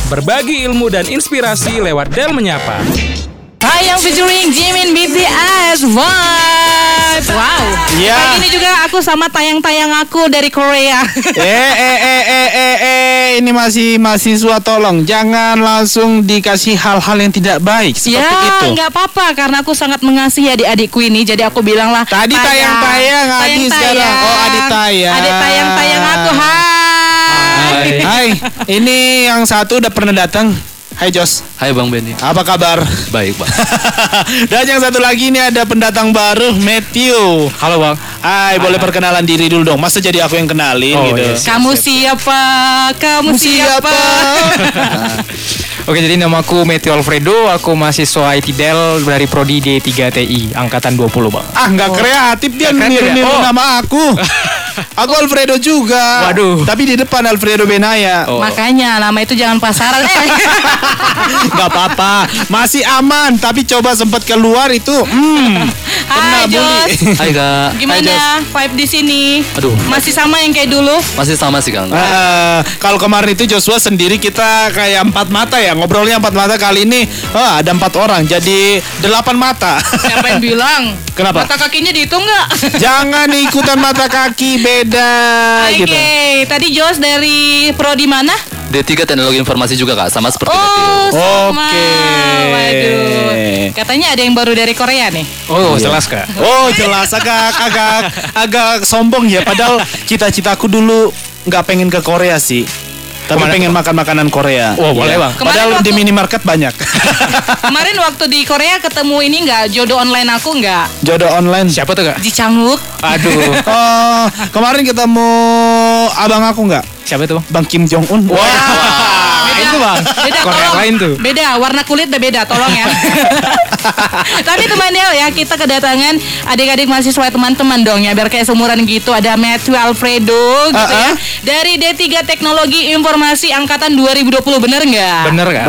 Berbagi ilmu dan inspirasi lewat Del Menyapa. Yang featuring Jimin BTS Vibe. Wow. Ya. Kali ini juga aku sama tayang-tayang aku dari Korea. Ini masih mahasiswa, tolong jangan langsung dikasih hal-hal yang tidak baik seperti itu. Ya, nggak apa-apa karena aku sangat mengasihi adik-adikku ini. Jadi aku bilang lah. Tadi tayang-tayang, Adi sekarang. Oh, adik tayang. Adik tayang-tayang aku. Hai. Ini yang satu udah pernah datang. Hai Jos. Hai Bang Benny. Apa kabar? Baik Bang. Dan yang satu lagi ini ada pendatang baru, Matthew. Halo Bang. Hai, boleh perkenalan diri dulu dong. Masa jadi aku yang kenalin gitu? Yes. Kamu siapa? Kamu siapa? Oke, jadi nama aku Matthew Alfredo, aku mahasiswa IT Del dari Prodi D3TI, angkatan 20 Bang. Nggak kreatif dia niru-niru nama aku. Aku Alfredo juga. Waduh. Tapi di depan Alfredo Benaya. Makanya nama itu jangan pasaran. Gak apa-apa, masih aman. Tapi coba sempat keluar itu Hai Jos. Hai Kak. Gimana vibe di sini? Aduh. Masih sama yang kayak dulu? Masih sama sih Kang. Kalau kemarin itu Joshua sendiri kita kayak 4 mata ya. Ngobrolnya 4 mata, kali ini ada 4 orang jadi 8 mata. Siapa yang bilang? Kenapa? Mata kakinya dihitung nggak? Jangan ikutan mata kaki, beda Oke, gitu. tadi Jos dari prodi mana? D3 Teknologi Informasi juga Kak, sama seperti Matthew. Sama. Oke. Waduh. Katanya ada yang baru dari Korea nih. Oh, jelas Kak. Oh jelas, agak sombong ya. Padahal cita-citaku dulu nggak pengen ke Korea sih. Tapi Kemana pengen makan makanan Korea. Oh, boleh Bang. Padahal Kemarin di minimarket banyak. Kemarin waktu di Korea ketemu ini nggak, jodoh online aku nggak? Jodoh online. Siapa tuh Kak? Di Changguk. Aduh. Oh, kemarin ketemu abang aku nggak? Siapa tuh Bang? Bang Kim Jong Un. Itu Bang. Beda, Korea tolong. lain tuh. Beda, warna kulit udah beda, tolong ya. Tapi teman Del ya, kita kedatangan adik-adik mahasiswa teman-teman dong ya, biar kayak seumuran gitu. Ada Matthew Alfredo gitu ya, dari D3 Teknologi Informasi angkatan 2020, bener nggak? Bener Kak?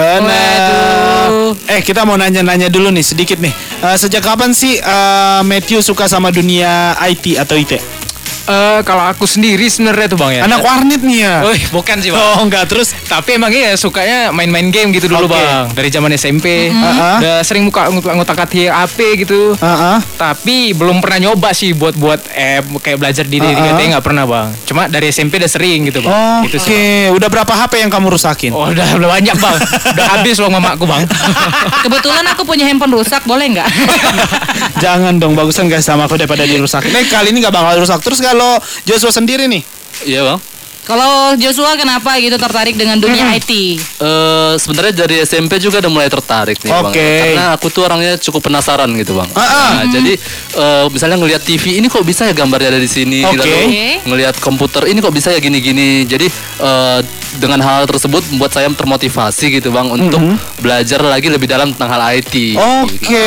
Waduh. Kita mau nanya-nanya dulu nih sedikit nih. Sejak kapan sih Matthew suka sama dunia IT atau IT? Kalau aku sendiri sebenarnya tuh Bang ya. Anak warnet nih ya. Oh, bukan sih Bang. Oh enggak, terus Tapi emang iya sukanya main-main game gitu dulu Oke. Bang. Dari zaman SMP. Udah sering ngutak-ngatik HP gitu. Tapi belum pernah nyoba sih buat kayak belajar di D3T nggak pernah Bang. Cuma dari SMP udah sering gitu Bang. Gitu sih. Oke, udah berapa HP yang kamu rusakin? Oh, udah banyak Bang. Udah habis uang mamaku Bang. Kebetulan aku punya handphone rusak, boleh nggak? Jangan dong, bagusan guys sama aku daripada dirusak. Nih kali ini nggak bakal rusak. Terus kalau Joshua sendiri nih, Iya Bang. Kalau Joshua kenapa gitu tertarik dengan dunia IT? Sebenarnya dari SMP juga udah mulai tertarik nih Bang. Oke. Karena aku tuh orangnya cukup penasaran gitu Bang. Nah, jadi misalnya ngelihat TV ini kok bisa ya gambarnya ada di sini. Oke. Lalu ngelihat komputer ini kok bisa ya gini-gini. Jadi dengan hal tersebut membuat saya termotivasi gitu Bang untuk belajar lagi lebih dalam tentang hal IT. Oke.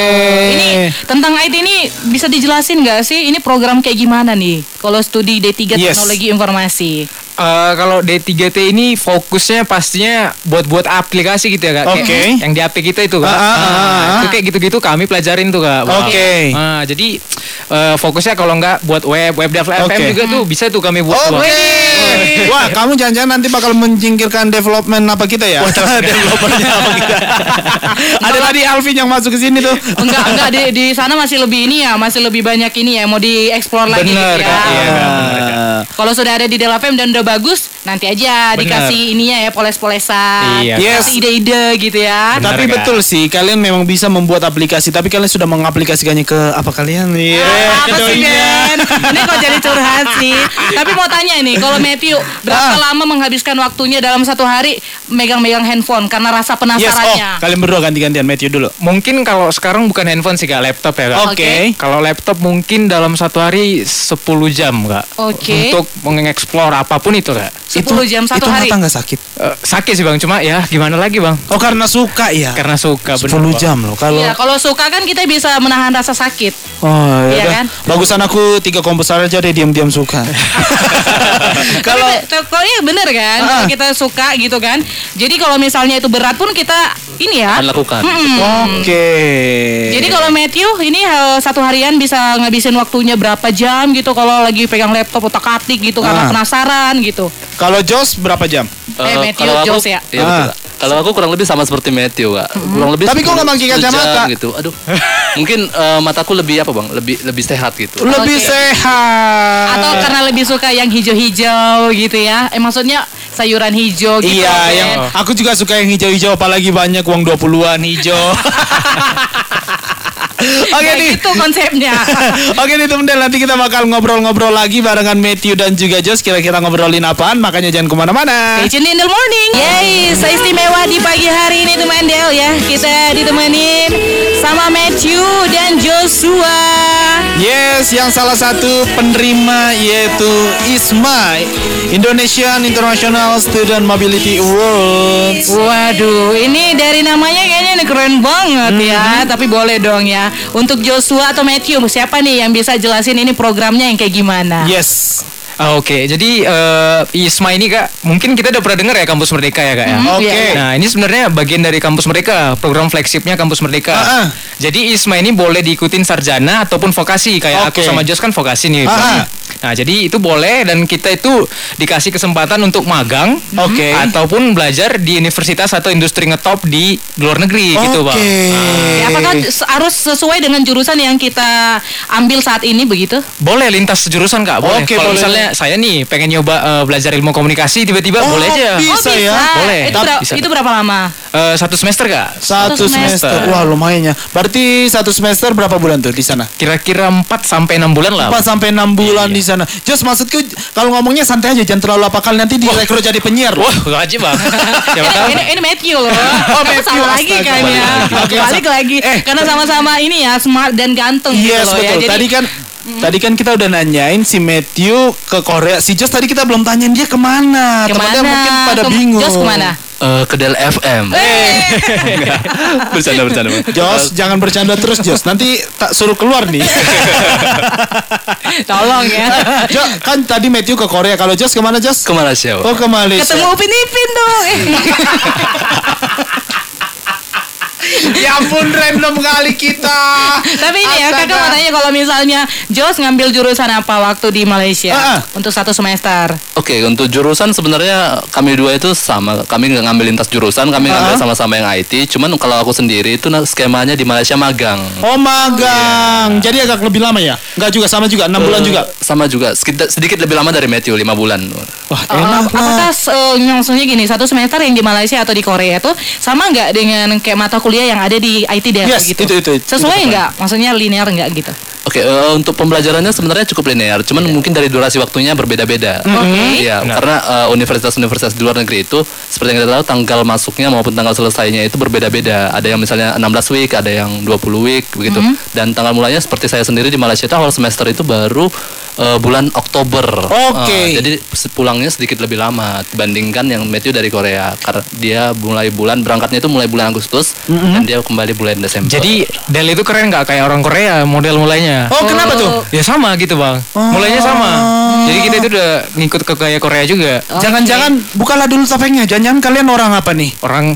Ini tentang IT ini bisa dijelasin nggak sih? Ini program kayak gimana nih? Kalau studi D3 Yes. Teknologi Informasi. Kalau D3T ini fokusnya pastinya buat aplikasi gitu ya Kak. Oke. Kayak yang di HP kita itu Kak. Itu kayak gitu-gitu kami pelajarin tuh Kak. Oke. Jadi fokusnya kalau nggak buat web development Oke. juga tuh bisa tuh kami buat tuh, Bang. Wah, kamu jangan-jangan nanti bakal menjingkirkan development apa kita ya? Developernya apa kita? Ada tadi Alvin yang masuk ke sini tuh. Enggak di sana masih lebih ini ya, masih lebih banyak ini ya, mau dieksplor lagi Bener gitu ya. Kak. Iya Kak. Bener, Kak. Kalau sudah ada di Delafem dan udah bagus, nanti aja Bener. dikasih ininya ya, poles-polesan, Iya. Yes. kasih ide-ide gitu ya. Bener, Tapi Kak. betul sih, kalian memang bisa membuat aplikasi. Tapi kalian sudah mengaplikasikannya ke apa kalian? Iya. Apa sih Ben? Ini kok jadi curhat sih. Tapi mau tanya nih, kalau Matthew berapa lama menghabiskan waktunya dalam satu hari megang-megang handphone karena rasa Yes, penasarannya? kalian berdua ganti-gantian. Matthew dulu. Mungkin kalau sekarang bukan handphone sih Kak, laptop ya Kak. Oke. Kalau laptop mungkin dalam satu hari 10 jam Kak. Oke. Untuk mengeksplor apapun itu Kak. 10 jam satu itu hari. mata nggak sakit? Sakit sih Bang, cuma ya gimana lagi Bang. Oh, karena suka ya. Karena suka 10 bener, Bang. jam loh. Kalau Iya, kalau suka kan kita bisa menahan rasa sakit. Oh, Iya ya kan? Bagusan aku 3 komputer aja deh, diam-diam suka. Kalau Kalau iya bener kan, kalau kita suka gitu kan. Jadi kalau misalnya itu berat pun kita ini ya Akan lakukan. Oke. Jadi kalau Matthew ini satu harian bisa ngabisin waktunya berapa jam gitu kalau lagi pegang laptop otak-atik gitu karena penasaran gitu. Kalau Jos berapa jam? Matthew, kalau aku, Jos ya. Iya betul. Kalau aku kurang lebih sama seperti Matthew, Kak. Kurang lebih. Tapi kok nggak pakai 10 kacamata? jam gitu. Aduh. Mungkin mataku lebih apa, Bang? Lebih sehat gitu. Lebih sehat. Atau karena lebih suka yang hijau-hijau gitu ya. Maksudnya sayuran hijau gitu. Iya, Ben. yang aku juga suka yang hijau-hijau, apalagi banyak uang 20-an hijau. Oke Nah, nih. gitu konsepnya. Oke nih teman-teman, nanti kita bakal ngobrol-ngobrol lagi barengan Matthew dan juga Jos. Kira-kira ngobrolin apaan? Makanya jangan kemana-mana. Stay tune in the morning. Yeay, seistimewa di pagi hari ini teman Del ya. Kita ditemenin sama Matthew dan Joshua. Yes, yang salah satu penerima yaitu ISMA, Indonesian International Student Mobility Awards. Waduh, ini dari namanya kayaknya ini keren banget ya. Tapi boleh dong ya. Untuk Joshua atau Matthew, siapa nih yang bisa jelasin ini programnya yang kayak gimana? Yes. Oke, jadi ISMA ini Kak, mungkin kita udah pernah dengar ya Kampus Merdeka ya Kak ya. Oke. Nah, ini sebenarnya bagian dari Kampus Merdeka, program flagshipnya Kampus Merdeka. Jadi ISMA ini boleh diikutin sarjana ataupun vokasi. Kayak aku sama Jos kan vokasi nih. Nah, jadi itu boleh dan kita itu dikasih kesempatan untuk magang ataupun belajar di universitas atau industri ngetop di luar negeri gitu, Bang. Ya, apakah harus sesuai dengan jurusan yang kita ambil saat ini begitu? Boleh lintas jurusan Kak, boleh. Oke, Kalau boleh. misalnya saya nih pengen nyoba belajar ilmu komunikasi tiba-tiba boleh aja. Bisa ya? Boleh. Itu, itu berapa lama? 1 semester Kak. Satu semester. Wah, lumayan ya. Berarti 1 semester berapa bulan tuh di sana? Kira-kira 4 sampai 6 bulan lah. 4 sampai 6 bulan di sana. Jos, maksudku kalau ngomongnya santai aja, jangan terlalu apa kali nanti direkrut jadi penyiar. Wah, wajib Bang. Siapa tahu. Ini Matthew loh. Oh, Kamu Matthew, salah lagi astaga. kan ya. Oke, Balik lagi. Karena sama-sama ini ya smart dan ganteng Yes, gitu loh ya. betul. Jadi Tadi kan kita udah nanyain si Matthew ke Korea. Si Jos tadi kita belum tanyain dia kemana. Teman-teman mungkin pada bingung. Jos kemana? Ke Del FM. Bercanda. Bang. Jos, jangan bercanda terus Jos. Nanti tak suruh keluar nih. Tolong ya. Jo, kan tadi Matthew ke Korea. Kalau Jos kemana Jos? Ke Malaysia. Bang. Oh, ke Malaysia. Ketemu Upin Ipin dong. Ya ampun, random kali kita. Tapi ini ya, Astaga. kakak mau tanya kalau misalnya Jos ngambil jurusan apa waktu di Malaysia untuk 1 semester? Oke, untuk jurusan sebenarnya kami dua itu sama. Kami nggak ngambil lintas jurusan, kami ngambil sama-sama yang IT. Cuman kalau aku sendiri itu skemanya di Malaysia magang. Oh, magang. Jadi agak lebih lama ya? Enggak juga, sama juga 6 bulan juga. Sama juga, sedikit lebih lama dari Matthew, 5 bulan. Wah, enak lah. Apakah maksudnya gini, 1 semester yang di Malaysia atau di Korea itu sama nggak dengan kayak mata kuliah yang ada di IT Del Yes, gitu? itu. Sesuai nggak? Maksudnya linear nggak gitu? Oke, untuk pembelajarannya sebenarnya cukup linear, cuman mungkin dari durasi waktunya berbeda-beda. Iya, karena universitas-universitas di luar negeri itu seperti yang kita tahu tanggal masuknya maupun tanggal selesainya itu berbeda-beda. Ada yang misalnya 16 week, ada yang 20 week begitu. Dan tanggal mulanya seperti saya sendiri di Malaysia itu awal semester itu baru bulan Oktober. Oke. Jadi pulangnya sedikit lebih lama dibandingkan yang Matthew dari Korea, karena dia mulai berangkatnya itu mulai bulan Agustus dan dia kembali bulan Desember. Jadi Del itu keren nggak kayak orang Korea model mulainya? Oh, kenapa tuh? Ya sama gitu Bang. Mulainya sama. Jadi kita itu udah ngikut ke gaya Korea juga. Jangan-jangan bukalah dulu topengnya. Jangan-jangan kalian orang apa nih? Orang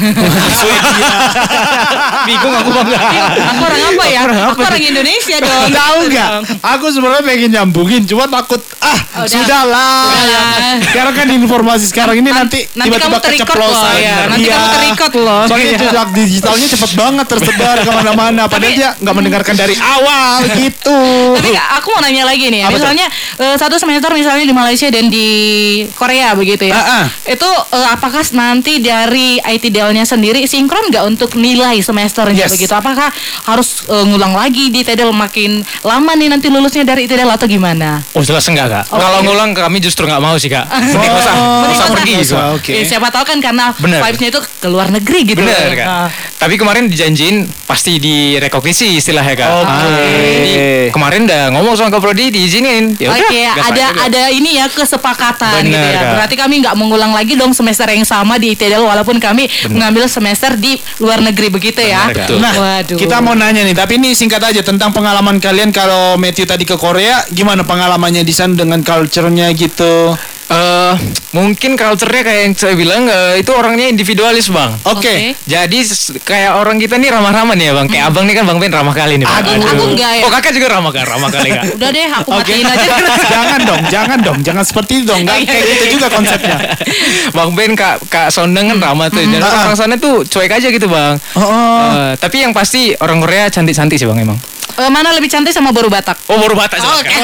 bingung aku Bang. Aku orang apa ya? Aku orang Indonesia dong. Tahu nggak? Aku sebenarnya pengen nyambungin, cuma takut Udah. sudahlah. Udahlah. Karena kan informasi sekarang ini nanti kamu tiba-tiba ter-record loh keceplosan. ya. Nanti kamu ter-record loh. Soalnya jejak digitalnya cepet banget tersebar kemana-mana. Padahal dia nggak mendengarkan dari awal gitu. Tapi aku mau nanya lagi nih ya. Apa tuh? Misalnya 1 semester misalnya di Malaysia dan di Korea begitu ya. Itu apakah nanti dari IT Del-nya sendiri sinkron nggak untuk nilai semesternya Yes. begitu? Apakah harus ngulang lagi di ITDL makin lama nih nanti lulusnya dari ITDL atau gimana? Oh jelas enggak Kak. Kalau ngulang kami justru nggak mau sih Kak. Mending nggak usah pergi gitu. Oke. Ya, siapa tahu kan karena Bener. vibes-nya itu ke luar negeri gitu. Bener Kak. Ah. Tapi kemarin dijanjiin pasti direkognisi istilahnya Kak. Oke. Jadi kemarin udah ngomong sama Kak Prodi diizinin. Ya udah. Oke, gas aja udah. ada ini ya kesepakatan Bener, gitu ya. Kak. Berarti kami nggak mengulang lagi dong semester yang sama di ITDL walaupun kami mengambil semester di luar negeri begitu ya. Bener, Kak. Betul. Nah, Waduh. kita mau nanya nih, tapi ini singkat aja tentang pengalaman kalian kalau Matthew tadi ke Korea, gimana pengalamannya di sana dengan culture-nya gitu? Mungkin culture-nya kayak yang saya bilang itu orangnya individualis bang. Oke. Jadi kayak orang kita nih ramah-ramah nih ya bang. Kayak abang nih kan bang Ben ramah kali nih bang. Aku enggak ya. Oh kakak juga ramah kali kak. Udah deh, aku matiin aja. Jangan dong, jangan seperti itu dong. Nggak kayak gitu juga konsepnya. Bang Ben kak Sondeng kan ramah tuh. Dan orang sana tuh cuek aja gitu bang. Tapi yang pasti orang Korea cantik-cantik sih bang emang. Mana lebih cantik sama baru Batak? Oh baru Batak. Oke.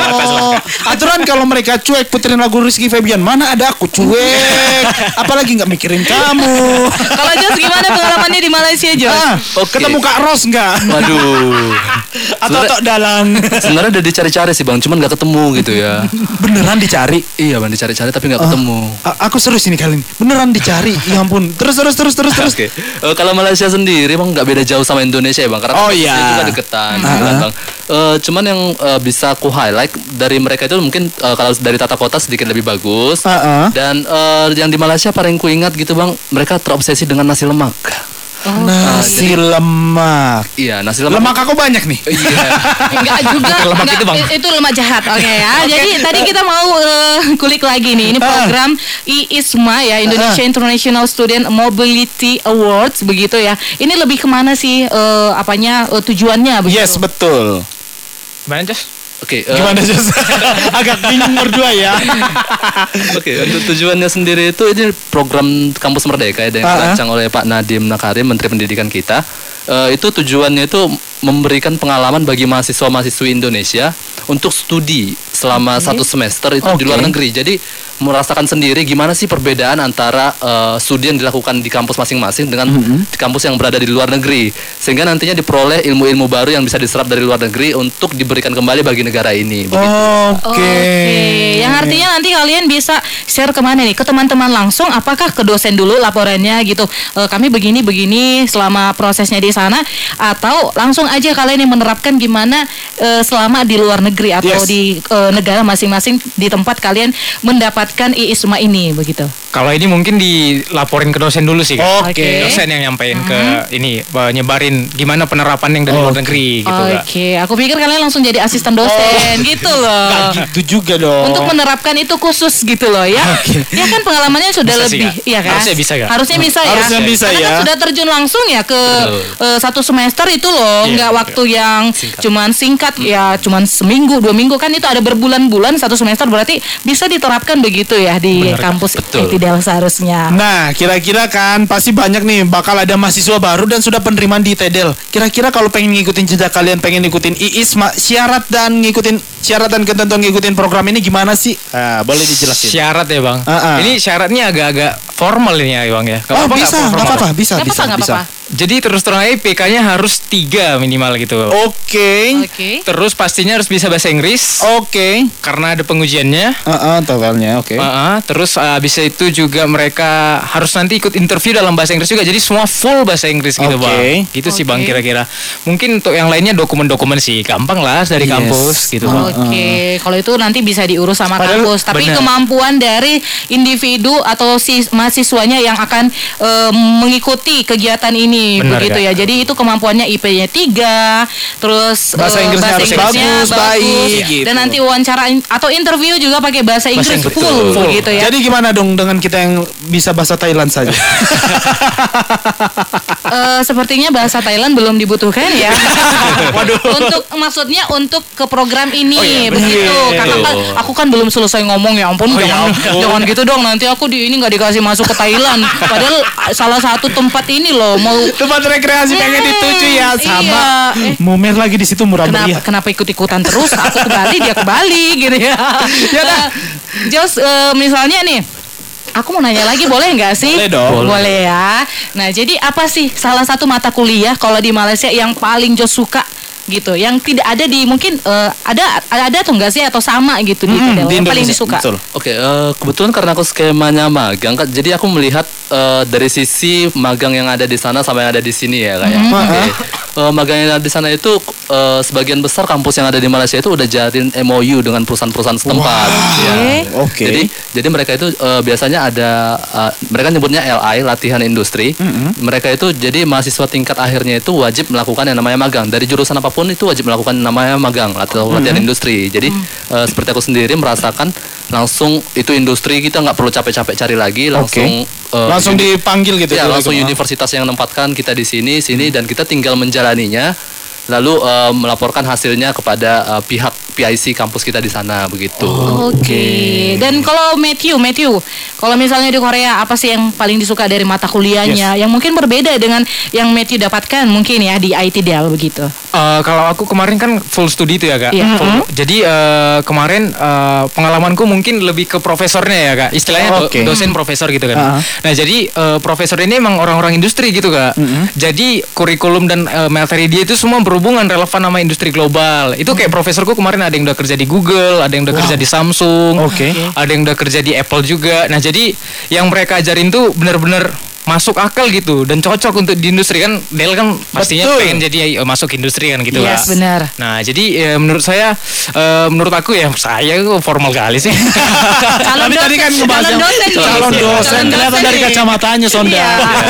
Aturan kalau mereka cuek puterin lagu Rizky Febian, mana ada aku cuek. Apalagi nggak mikirin kamu. Kalau Jos gimana pengalamannya di Malaysia Jos? Ketemu Kak Ros nggak? Waduh. Atau Tok Dalang? Sebenarnya udah dicari-cari sih bang, cuman nggak ketemu gitu ya. Beneran dicari? Iya bang, dicari-cari tapi nggak ketemu. Aku serius ini kali ini. Beneran dicari. Ya ampun. Terus. Oke. Kalau Malaysia sendiri bang nggak beda jauh sama Indonesia ya bang, karena juga deketan. Bang. Cuman yang bisa aku highlight dari mereka itu mungkin kalau dari tata kota sedikit lebih bagus. Dan yang di Malaysia paling ku ingat gitu bang, mereka terobsesi dengan nasi lemak. Nasi lemak. Iya, nasi lemak. Lemak aku banyak nih. Iya. Enggak juga. Lemak Enggak, itu, Bang. itu lemak jahat. Oke ya. Jadi tadi kita mau kulik lagi nih. Ini program IISMA ya, Indonesia International Student Mobility Awards begitu ya. Ini lebih kemana sih tujuannya begitu? Yes, betul. Gimana Jos? Oke. Gimana Jos? Agak bingung berdua ya. Oke, untuk tujuannya sendiri itu ini program Kampus Merdeka ya, yang dirancang oleh Pak Nadiem Makarim, Menteri Pendidikan kita. Itu tujuannya itu memberikan pengalaman bagi mahasiswa-mahasiswi Indonesia untuk studi selama 1 semester itu di luar negeri. Jadi merasakan sendiri gimana sih perbedaan antara studi yang dilakukan di kampus masing-masing dengan di kampus yang berada di luar negeri, sehingga nantinya diperoleh ilmu-ilmu baru yang bisa diserap dari luar negeri untuk diberikan kembali bagi negara ini. Oke. Yang artinya nanti kalian bisa share kemana nih? Ke teman-teman langsung, apakah ke dosen dulu laporannya gitu? Kami begini selama prosesnya di sana, atau langsung aja kalian yang menerapkan gimana selama di luar negeri atau di negara masing-masing di tempat kalian mendapatkan IISMA ini begitu. Kalau ini mungkin dilaporin ke dosen dulu sih. Oke. Dosen yang nyampein ke ini nyebarin gimana penerapan yang dari luar negeri gitu Kak. Oke, aku pikir kalian langsung jadi asisten dosen gitu loh. Gak gitu juga dong. Untuk menerapkan itu khusus gitu loh ya. Ya kan pengalamannya sudah Bisa sih, lebih, Kak. iya kan? Harusnya bisa, Kak. Harusnya bisa ya. Harusnya bisa Karena ya. kan sudah terjun langsung ya ke 1 semester itu loh, nggak waktu yang cuman singkat ya, cuman seminggu 2 minggu kan, itu ada berbulan-bulan 1 semester, berarti bisa diterapkan begitu ya di kampus tidak seharusnya. Nah, kira-kira kan pasti banyak nih bakal ada mahasiswa baru dan sudah penerimaan di TEDEL. Kira-kira kalau pengen ngikutin jejak kalian, pengen ngikutin IISMA, syarat dan ketentuan ngikutin program ini gimana sih? Boleh dijelasin. Syarat ya bang. Ini syaratnya agak-agak formal ini ya bang ya. Nggak apa-apa. Bisa. Jadi terus terang aja IPK-nya harus 3 minimal gitu. Oke. Terus pastinya harus bisa bahasa Inggris. Oke. Karena ada pengujiannya. Totalnya oke. Terus bisa itu juga mereka harus nanti ikut interview dalam bahasa Inggris juga. Jadi semua full bahasa Inggris gitu bang. Gitu sih bang kira-kira. Mungkin untuk yang lainnya dokumen-dokumen sih gampang lah dari kampus gitu bang. Oke, kalau itu nanti bisa diurus sama kampus. Tapi kemampuan dari individu atau si mahasiswanya yang akan mengikuti kegiatan ini begitu ya. Jadi itu kemampuannya IP-nya 3, terus bahasa Inggrisnya harus bagus, baik gitu. Dan nanti wawancara atau interview juga pakai bahasa Inggris full gitu ya. Jadi gimana dong dengan kita yang bisa bahasa Thailand saja? Sepertinya bahasa Thailand belum dibutuhkan ya. Maksudnya untuk ke program ini begitu. Karena kan aku kan belum selesai ngomong, ya ampun, jangan gitu dong, nanti aku di ini nggak dikasih masuk ke Thailand. Padahal salah satu tempat ini loh mau tempat rekreasi pengen dituju ya sama. Iya. Mumer lagi di situ murah meriah. Kenapa ikut-ikutan terus? Aku ke Bali, dia ke Bali gitu ya. Jos, misalnya nih, aku mau nanya lagi, boleh nggak sih? Boleh dong. Boleh ya. Nah, jadi apa sih salah satu mata kuliah kalau di Malaysia yang paling Jos suka gitu, yang tidak ada di mungkin ada atau enggak sih, atau sama gitu di yang paling disuka? Oke, kebetulan karena aku skemanya magang, jadi aku melihat dari sisi magang yang ada di sana sama yang ada di sini ya kayak. magangnya di sana itu sebagian besar kampus yang ada di Malaysia itu udah jalin MOU dengan perusahaan-perusahaan setempat. Jadi mereka itu biasanya ada mereka nyebutnya LI, latihan industri. Mereka itu jadi mahasiswa tingkat akhirnya itu wajib melakukan yang namanya magang. Dari jurusan apapun itu wajib melakukan namanya magang atau latihan industri. Jadi seperti aku sendiri merasakan langsung itu industri, kita nggak perlu capek-capek cari lagi, langsung dipanggil gitu ya, langsung universitas yang menempatkan kita di sini dan kita tinggal menjalaninya, lalu melaporkan hasilnya kepada pihak PIC kampus kita di sana begitu. Oke. Dan kalau Matthew, kalau misalnya di Korea apa sih yang paling disuka dari mata kuliahnya yang mungkin berbeda dengan yang Matthew dapatkan mungkin ya di ITDL begitu? Kalau aku kemarin kan full studi itu ya Kak. Jadi kemarin pengalamanku mungkin lebih ke profesornya ya Kak. Istilahnya dosen profesor gitu kan. Nah jadi profesor ini emang orang-orang industri gitu Kak. Jadi kurikulum dan materi dia itu semua berhubungan relevan sama industri global. Itu kayak profesorku kemarin ada yang udah kerja di Google, ada yang udah kerja di Samsung, ada yang udah kerja di Apple juga. Nah jadi yang mereka ajarin tuh benar-benar masuk akal gitu dan cocok untuk di industri kan. Del kan pastinya pengen jadi masuk industri kan gitu. Yes, benar. Nah jadi menurut saya, menurut aku ya saya formal kali sih. Tapi tadi kan ngebahas calon dosen kelihatan dari kacamatanya Sonda.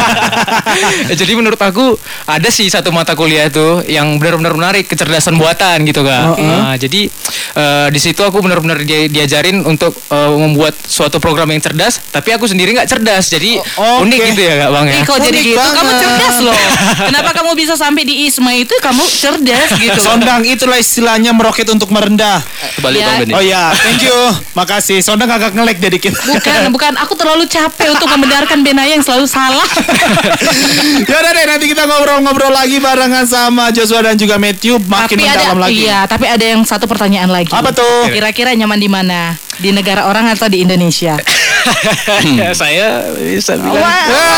Jadi menurut aku ada sih satu mata kuliah tuh yang benar-benar menarik, kecerdasan buatan gitu Kak. Nah, jadi di situ aku benar-benar diajarin untuk membuat suatu program yang cerdas, tapi aku sendiri nggak cerdas. Jadi unik gitu ya Kak Bang ya. Kok jadi gitu? Kamu cerdas loh. Kenapa kamu bisa sampai di ISMA itu kamu cerdas gitu? Sondang itulah istilahnya meroket untuk merendah. Kembali Bang Benny. Oh ya, thank you. Makasih. Sondang agak nge-lag dari kita. Bukan. Aku terlalu capek untuk membenarkan Benaya yang selalu salah. Yaudah deh, nanti kita ngobrol-ngobrol lagi barengan sama Joshua dan juga Matthew makin mendalam lagi. Iya, tapi ada yang satu pertanyaan lagi. Apa tuh? Kira-kira nyaman di mana? Di negara orang atau di Indonesia? Ya, saya bisa bilang.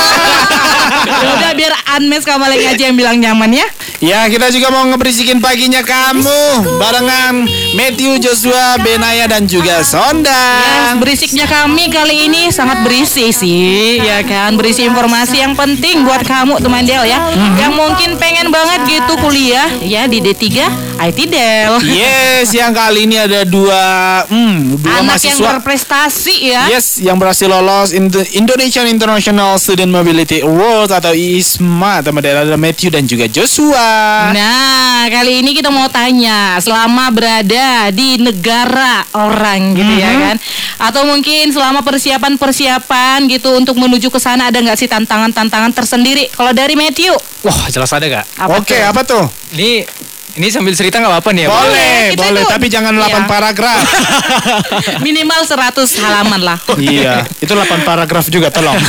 Udah biar Anmes Kamaleng aja yang bilang nyaman ya. Ya, kita juga mau ngeberisikin paginya kamu barengan Matthew, Joshua, Benaya dan juga Sondang. Berisiknya kami kali ini sangat berisi sih, ya kan? Berisi informasi yang penting buat kamu teman Del ya. Yang mungkin pengen banget gitu kuliah ya di D3 ITDL. Yes, yang kali ini ada dua anak mahasiswa yang berprestasi ya. Yes, yang berhasil lolos Indonesian International Student Mobility Award atau ISMA. Teman-teman, ada Matthew dan juga Joshua. Nah, kali ini kita mau tanya, selama berada di negara orang gitu ya kan, atau mungkin selama persiapan gitu untuk menuju ke sana, ada nggak sih tantangan-tantangan tersendiri? Kalau dari Matthew? Wah, jelas ada Kak. Oke, apa tuh? Ini sambil cerita nggak apa-apa nih ya? Boleh, tapi jangan 8 paragraf. Minimal 100 halaman lah. Iya, itu 8 paragraf juga, tolong.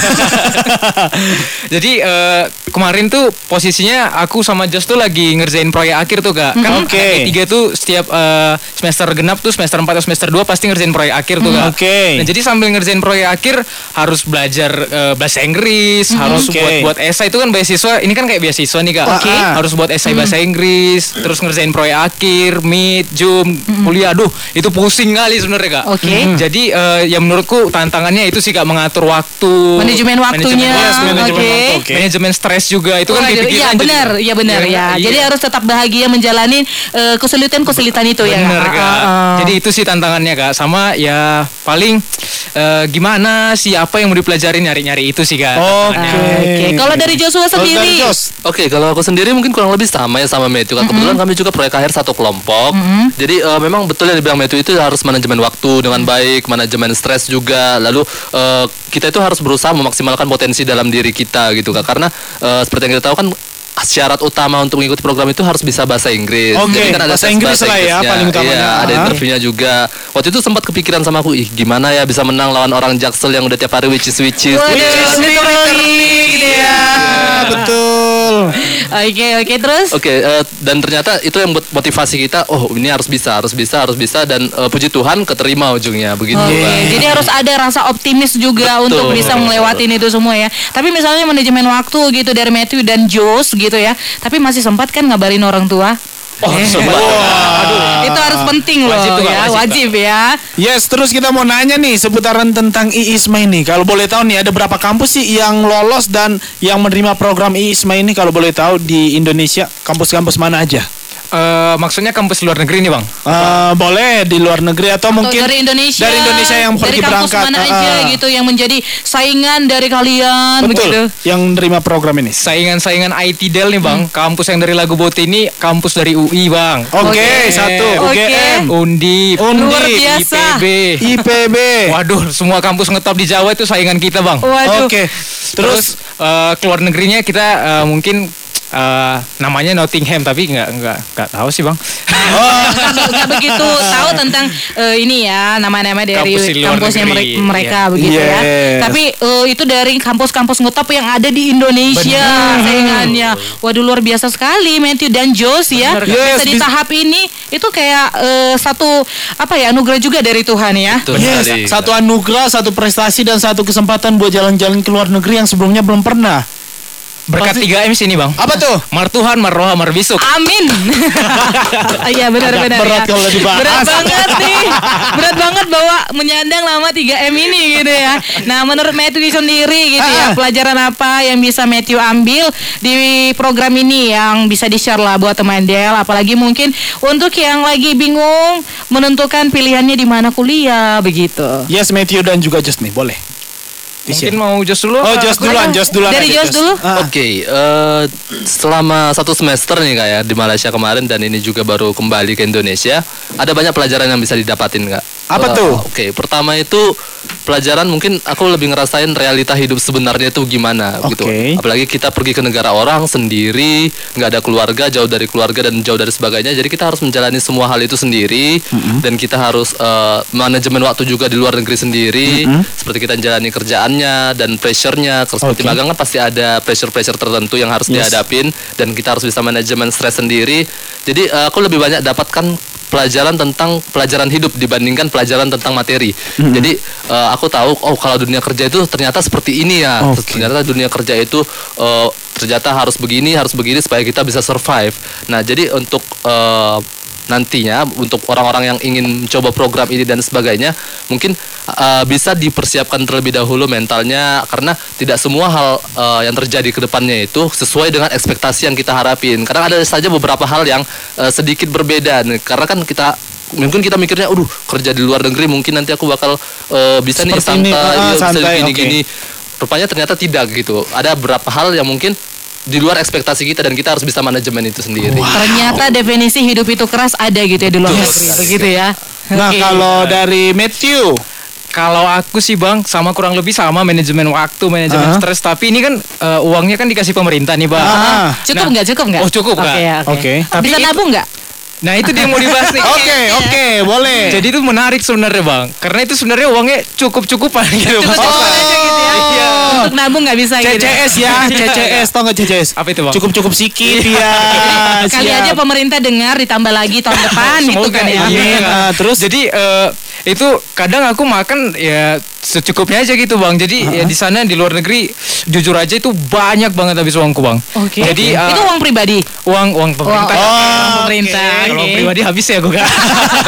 Jadi kemarin tuh posisinya aku sama Jos tuh lagi ngerjain proyek akhir tuh Kak. Kan D3 tuh setiap semester genap tuh semester 4 atau semester 2 pasti ngerjain proyek akhir tuh Kak. Nah jadi sambil ngerjain proyek akhir harus belajar bahasa Inggris, harus buat esai. Itu kan beasiswa, ini kan kayak beasiswa nih Kak. Harus buat esai bahasa Inggris, terus ngerjain proyek akhir, meet, Zoom, kuliah. Aduh, itu pusing kali sebenarnya Kak. Jadi ya menurutku tantangannya itu sih Kak, mengatur waktu, manajemen waktunya, manajemen stres juga. Itu kan dipikirin. Iya benar ya. Jadi harus tetap bahagia menjalani kesulitan itu ya. Bener Kak. Jadi itu sih tantangannya Kak. Sama ya paling gimana sih apa yang mau dipelajarin, nyari-nyari itu sih Kak. Oke. Kalau dari Joshua sendiri? Oke, kalau aku sendiri mungkin kurang lebih sama ya sama Matthew. Kebetulan kami juga proyek akhir satu kelompok. Jadi memang betul yang dibilang Matthew itu harus manajemen waktu dengan baik, manajemen stres juga. Lalu kita itu harus berusaha memaksimalkan potensi dalam diri kita gitu Kak. Karena seperti yang kita tahu kan syarat utama untuk mengikuti program itu harus bisa bahasa Inggris. Jadi kan ada bahasa Inggris lah ya paling utamanya. Iya, ada interviewnya juga. Waktu itu sempat kepikiran sama aku, gimana ya bisa menang lawan orang Jaksel yang udah tiap hari which is. Betul. Oke, terus? Dan ternyata itu yang buat motivasi kita. Oh, ini harus bisa dan puji Tuhan keterima ujungnya begitu. Jadi harus ada rasa optimis juga untuk bisa melewatin itu semua ya. Tapi misalnya manajemen waktu gitu dari Matthew dan Jos gitu ya. Tapi masih sempat kan ngabarin orang tua? Itu harus penting loh Wajib tuh, Kak, ya, wajib ya. Yes, terus kita mau nanya nih seputaran tentang IISMA ini. Kalau boleh tahu nih, ada berapa kampus sih yang lolos dan yang menerima program IISMA ini? Kalau boleh tahu di Indonesia, kampus-kampus mana aja? Maksudnya kampus luar negeri nih bang? Boleh di luar negeri atau mungkin dari Indonesia. Dari Indonesia yang pergi dari kampus berangkat. mana aja gitu yang menjadi saingan dari kalian Betul. begitu. Yang menerima program ini. Saingan IT Del nih bang. Kampus yang dari Lagu Bote ini kampus dari UI bang. Oke, satu UGM, Undip, Luar biasa. IPB. IPB. Waduh, semua kampus ngetop di Jawa itu saingan kita bang. Waduh. Oke. Terus keluar negerinya kita mungkin namanya Nottingham tapi nggak tahu sih bang. Nggak begitu tahu tentang ini ya nama-nama dari Kampus di luar kampusnya negeri. mereka begitu ya. Yes. Tapi itu dari kampus-kampus ngetop yang ada di Indonesia saingannya. Waduh luar biasa sekali Matthew dan Jos ya. Yes, Bisa di tahap ini itu kayak satu anugerah juga dari Tuhan ya. Betul sekali. Satu anugerah, satu prestasi dan satu kesempatan buat jalan-jalan ke luar negeri yang sebelumnya belum pernah. Berkat 3M sini bang. Apa tuh? Martuhan, Marroha, Marbisuk. Amin. Iya benar-benar berat ya. kalau dibahas. Berat banget nih. Berat banget bawa menyandang nama 3M ini gitu ya. Nah, menurut Matthew sendiri gitu ya, pelajaran apa yang bisa Matthew ambil di program ini yang bisa di-share lah buat teman Del, apalagi mungkin untuk yang lagi bingung menentukan pilihannya di mana kuliah begitu. Yes, Matthew dan juga Just nih, boleh. Mungkin mau Jos dulu. Oh, Just duluan Dari aja, Jos dulu. Oke, selama 1 semester nih kayak di Malaysia kemarin dan ini juga baru kembali ke Indonesia, ada banyak pelajaran yang bisa didapatin nggak? Apa tuh? Oke, pertama itu pelajaran mungkin aku lebih ngerasain realita hidup sebenarnya itu gimana gitu. Oke. Apalagi kita pergi ke negara orang sendiri, nggak ada keluarga, jauh dari keluarga dan jauh dari sebagainya. Jadi kita harus menjalani semua hal itu sendiri dan kita harus manajemen waktu juga di luar negeri sendiri. Seperti kita menjalani kerjaannya dan pressure-nya. Seperti magang kan pasti ada pressure-pressure tertentu yang harus dihadapin dan kita harus bisa manajemen stres sendiri. Jadi aku lebih banyak dapatkan pelajaran tentang pelajaran hidup dibandingkan pelajaran tentang materi. Jadi aku tahu kalau dunia kerja itu ternyata seperti ini ya. Ternyata dunia kerja itu ternyata harus begini supaya kita bisa survive. Nah, jadi untuk nantinya untuk orang-orang yang ingin mencoba program ini dan sebagainya mungkin bisa dipersiapkan terlebih dahulu mentalnya karena tidak semua hal yang terjadi ke depannya itu sesuai dengan ekspektasi yang kita harapin. Karena ada saja beberapa hal yang sedikit berbeda karena kan mungkin kita mikirnya kerja di luar negeri mungkin nanti aku bakal bisa Seperti nih santai, bisa gini-gini. Rupanya ternyata tidak gitu. Ada beberapa hal yang mungkin di luar ekspektasi kita dan kita harus bisa manajemen itu sendiri. Ternyata definisi hidup itu keras ada gitu ya di luar negeri begitu ya. Nah, Oke. kalau dari Matthew, Kalau aku sih bang, kurang lebih sama manajemen waktu, manajemen stres. Tapi ini kan uangnya kan dikasih pemerintah nih bang. Cukup nggak? Oh cukup nggak? Oke. Tapi Bisa nabung nggak? Nah itu dia yang mau dibahas nih. Oke, boleh. Jadi itu menarik sebenarnya bang, karena itu sebenarnya uangnya cukup-cukupan gitu. Cukup-cukupan aja gitu ya. Iya. Untuk nabung nggak bisa gitu. CCS ya, CCS, tau nggak CCS? Apa itu bang? Cukup sikit ya. Kali aja pemerintah dengar ditambah lagi tahun depan gitu Semoga kan ya. Amin. Terus Jadi itu kadang aku makan ya secukupnya aja gitu bang. Jadi ya di sana di luar negeri jujur aja itu banyak banget habis uangku bang. Oke. Jadi Itu uang pribadi. uang pemerintah. Uang pemerintah. Kalau Oke. pribadi habis ya gue kan.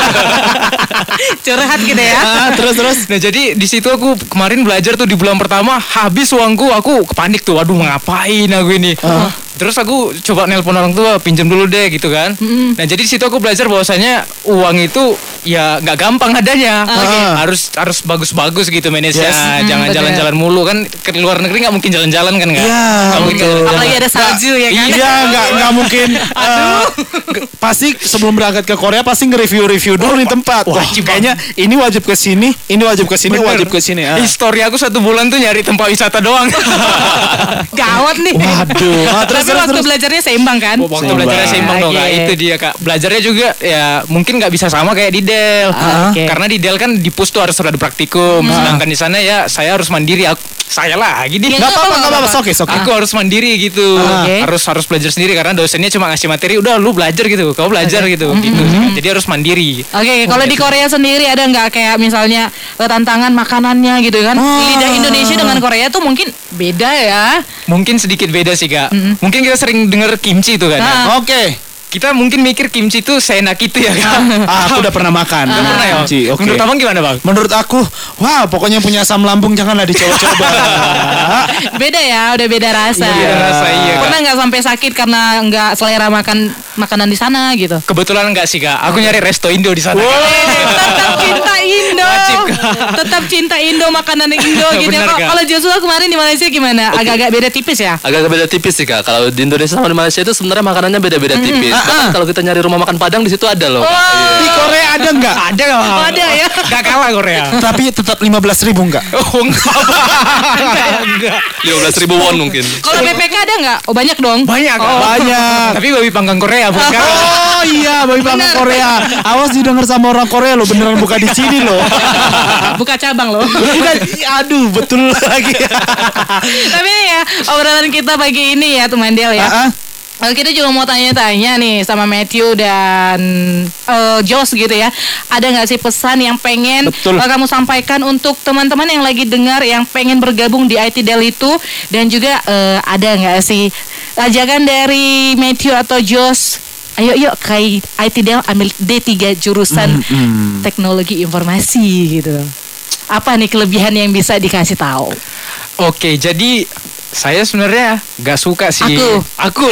Curhat gitu ya. terus. Nah jadi di situ aku kemarin belajar tuh di bulan pertama habis uangku, aku panik tuh. Waduh ngapain aku ini? Terus aku coba nelpon orang tua, pinjam dulu deh gitu kan. Nah jadi di situ aku belajar bahwasanya uang itu ya nggak gampang adanya. Harus bagus-bagus gitu manage-nya. Jangan betul. jalan-jalan mulu kan, ke luar negeri nggak mungkin jalan-jalan kan nggak? Iya, Nggak mungkin betul. jalan-jalan. Apalagi ada salju ya kan. Iya, nggak mungkin. Pasti sebelum berangkat ke Korea pasti nge-review dulu nih tempat. Wah, wajib kayaknya ini wajib ke sini, ini wajib ke sini, Bener. wajib ke sini. Histori aku 1 bulan tuh nyari tempat wisata doang. Gawat nih. Waduh. Tapi waktu belajarnya seimbang kan? Waktu belajarnya seimbang dong kak. Oke. Itu dia kak. Belajarnya juga ya mungkin nggak bisa sama kayak di Del. Oke. Karena di Del kan di pus tuh harus ada praktikum. Sedangkan di sana ya saya harus mandiri. Saya lagi nih. Ya, Nggak apa-apa, oke. Aku harus mandiri gitu. Oke. Harus belajar sendiri karena dosennya cuma ngasih materi. Udah lu belajar gitu. Kau belajar gitu. Gitu. Jadi harus mandiri. Oke, kalau di Korea sendiri ada nggak kayak misalnya tantangan makanannya gitu kan? Lidah Indonesia dengan Korea tuh mungkin beda ya. Mungkin sedikit beda sih kak. Mungkin kita sering denger kimchi itu kan. Nah. Oke. kita mungkin mikir kimchi itu seenak itu ya kan. Aku udah pernah makan. Pernah ya? Kimchi, oke. Menurut abang gimana bang? Menurut aku, wah pokoknya punya asam lambung janganlah dicoba-coba. Beda ya, udah beda rasa. Beda rasa, iya, Kak. Pernah nggak sampai sakit karena nggak selera makan makanan di sana gitu? Kebetulan enggak sih Kak. Aku nyari resto Indo di sana. Tetap cinta Indo. Tetap cinta Indo, makanan Indo gitu. Bener, Kak. Kalau Joshua kemarin di Malaysia gimana? Agak-agak beda tipis ya? Agak beda tipis sih Kak. Kalau di Indonesia sama di Malaysia itu sebenarnya makanannya beda-beda tipis. Bahkan kalau kita nyari rumah makan Padang di situ ada loh. Di Korea ada nggak? Ada nggak? Oh, ada ya. Gak kalah Korea. Tapi tetap 15.000 nggak? Oh enggak. 15.000 won mungkin. Kalau PPK ada nggak? Oh banyak dong. Banyak Kak. Banyak. Tapi babi panggang Korea bukan. Oh iya, babi panggang Korea. Awas didengar sama orang Korea lo, beneran buka di sini lo. Buka cabang loh. Bukan, aduh betul lagi. Tapi ya obrolan kita pagi ini ya teman Del ya. Kita juga mau tanya-tanya nih sama Matthew dan Josh gitu ya. Ada nggak sih pesan yang pengen kamu sampaikan untuk teman-teman yang lagi dengar yang pengen bergabung di IT Del itu, dan juga ada nggak sih ajakan dari Matthew atau Josh? Ayo yuk ke IT Del ambil D3 jurusan teknologi informasi gitu. Apa nih kelebihan yang bisa dikasih tahu? Oke, jadi saya sebenarnya gak suka sih. Aku.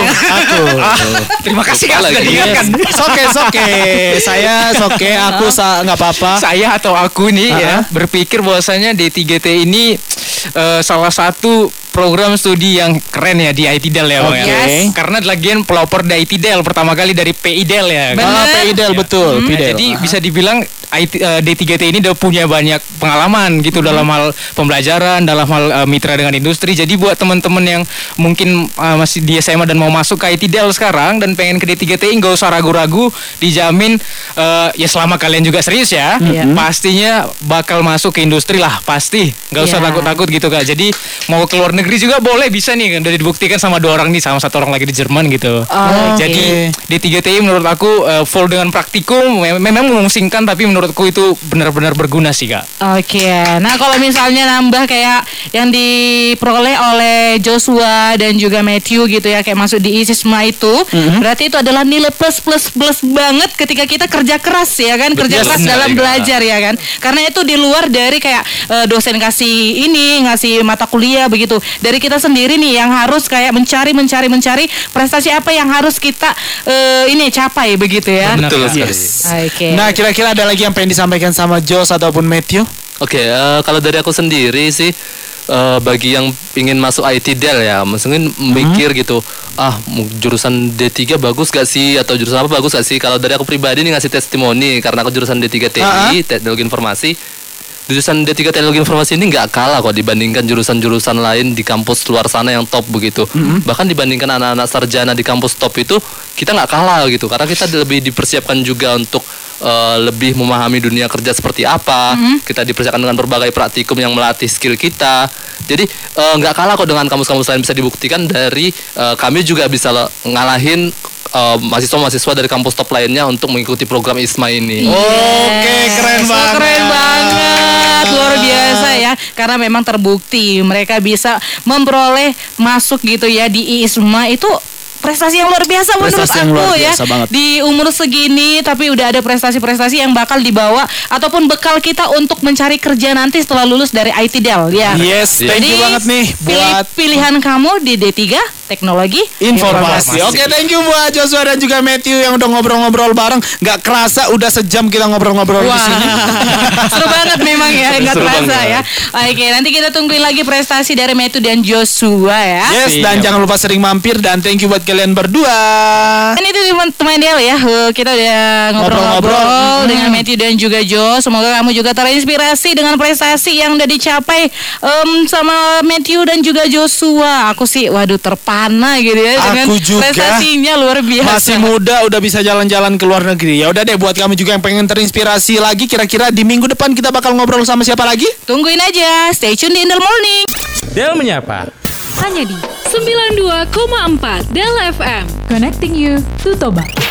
Terima kasih Kak sudah diingatkan. Soke. Saya soke, aku nggak apa-apa. Saya atau aku nih ya berpikir bahwasanya D3T ini salah satu program studi yang keren ya di IT Del ya Bang ya. Yes. Karena lagian pelopor di IT Del pertama kali dari PI Del ya. PI Del betul. Nah, jadi bisa dibilang D3T ini udah punya banyak pengalaman gitu dalam hal pembelajaran, dalam hal mitra dengan industri. Jadi buat teman-teman yang mungkin masih di SMA dan mau masuk ke IT Del sekarang dan pengen ke D3T, nggak usah ragu-ragu, dijamin ya selama kalian juga serius ya, pastinya bakal masuk ke industri lah, pasti. Nggak usah takut-takut gitu Kak. Jadi mau ke luar negeri juga boleh, bisa nih kan, udah dibuktikan sama 2 orang nih, sama 1 orang lagi di Jerman gitu. Jadi D3T menurut aku full dengan praktikum, memang memusingkan tapi menurutku itu benar-benar berguna sih Kak. Oke. Nah kalau misalnya nambah kayak yang diperoleh oleh Joshua dan juga Matthew gitu ya, kayak masuk di ISISMA itu, berarti itu adalah nilai plus banget ketika kita kerja keras ya kan, kerja keras dalam belajar ya kan. Karena itu di luar dari kayak dosen ngasih mata kuliah begitu. Dari kita sendiri nih yang harus kayak mencari prestasi apa yang harus kita capai begitu ya. Betul sekali. Oke. Nah kira-kira ada lagi yang pengen disampaikan sama Josh ataupun Matthew? Oke, kalau dari aku sendiri sih, bagi yang ingin masuk IT Del ya, mungkin mikir gitu, jurusan D3 bagus gak sih, atau jurusan apa bagus gak sih? Kalau dari aku pribadi nih ngasih testimoni, karena aku jurusan D3 TI, Teknologi Informasi. Jurusan D3 Teknologi Informasi ini nggak kalah kok dibandingkan jurusan-jurusan lain di kampus luar sana yang top begitu. Bahkan dibandingkan anak-anak sarjana di kampus top itu, kita nggak kalah gitu, karena kita lebih dipersiapkan juga untuk lebih memahami dunia kerja seperti apa. Kita dipersiapkan dengan berbagai praktikum yang melatih skill kita. Jadi nggak kalah kok dengan kampus-kampus lain, bisa dibuktikan dari kami juga bisa ngalahin mahasiswa-mahasiswa dari kampus top lainnya untuk mengikuti program ISMA ini. Oke, keren banget. Keren banget, luar biasa ya. Karena memang terbukti mereka bisa memperoleh masuk gitu ya di ISMA itu. Prestasi yang luar biasa menurut aku ya. Di umur segini tapi udah ada prestasi-prestasi yang bakal dibawa ataupun bekal kita untuk mencari kerja nanti setelah lulus dari IT Del ya. Yes, thank you banget nih buat pilihan kamu di D3 Teknologi Informasi. Oke, thank you buat Joshua dan juga Matthew yang udah ngobrol-ngobrol bareng. Gak kerasa udah sejam kita ngobrol-ngobrol di sini. Seru banget memang ya, gak terasa ya. Oke, nanti kita tungguin lagi prestasi dari Matthew dan Joshua ya. Yes, dan jangan lupa sering mampir, dan thank you buat kalian berdua. Dan itu teman-teman Del ya, kita udah ngobrol-ngobrol dengan Matthew dan juga Josh. Semoga kamu juga terinspirasi dengan prestasi yang udah dicapai sama Matthew dan juga Joshua. Aku sih waduh terpana gitu ya dengan prestasinya luar biasa. Masih muda udah bisa jalan-jalan ke luar negeri. Ya udah deh, buat kamu juga yang pengen terinspirasi lagi, kira-kira di minggu depan kita bakal ngobrol sama siapa lagi? Tungguin aja, stay tune di Indel Morning. Del Menyapa hanya di 92,4 Del FM. Connecting you to Toba.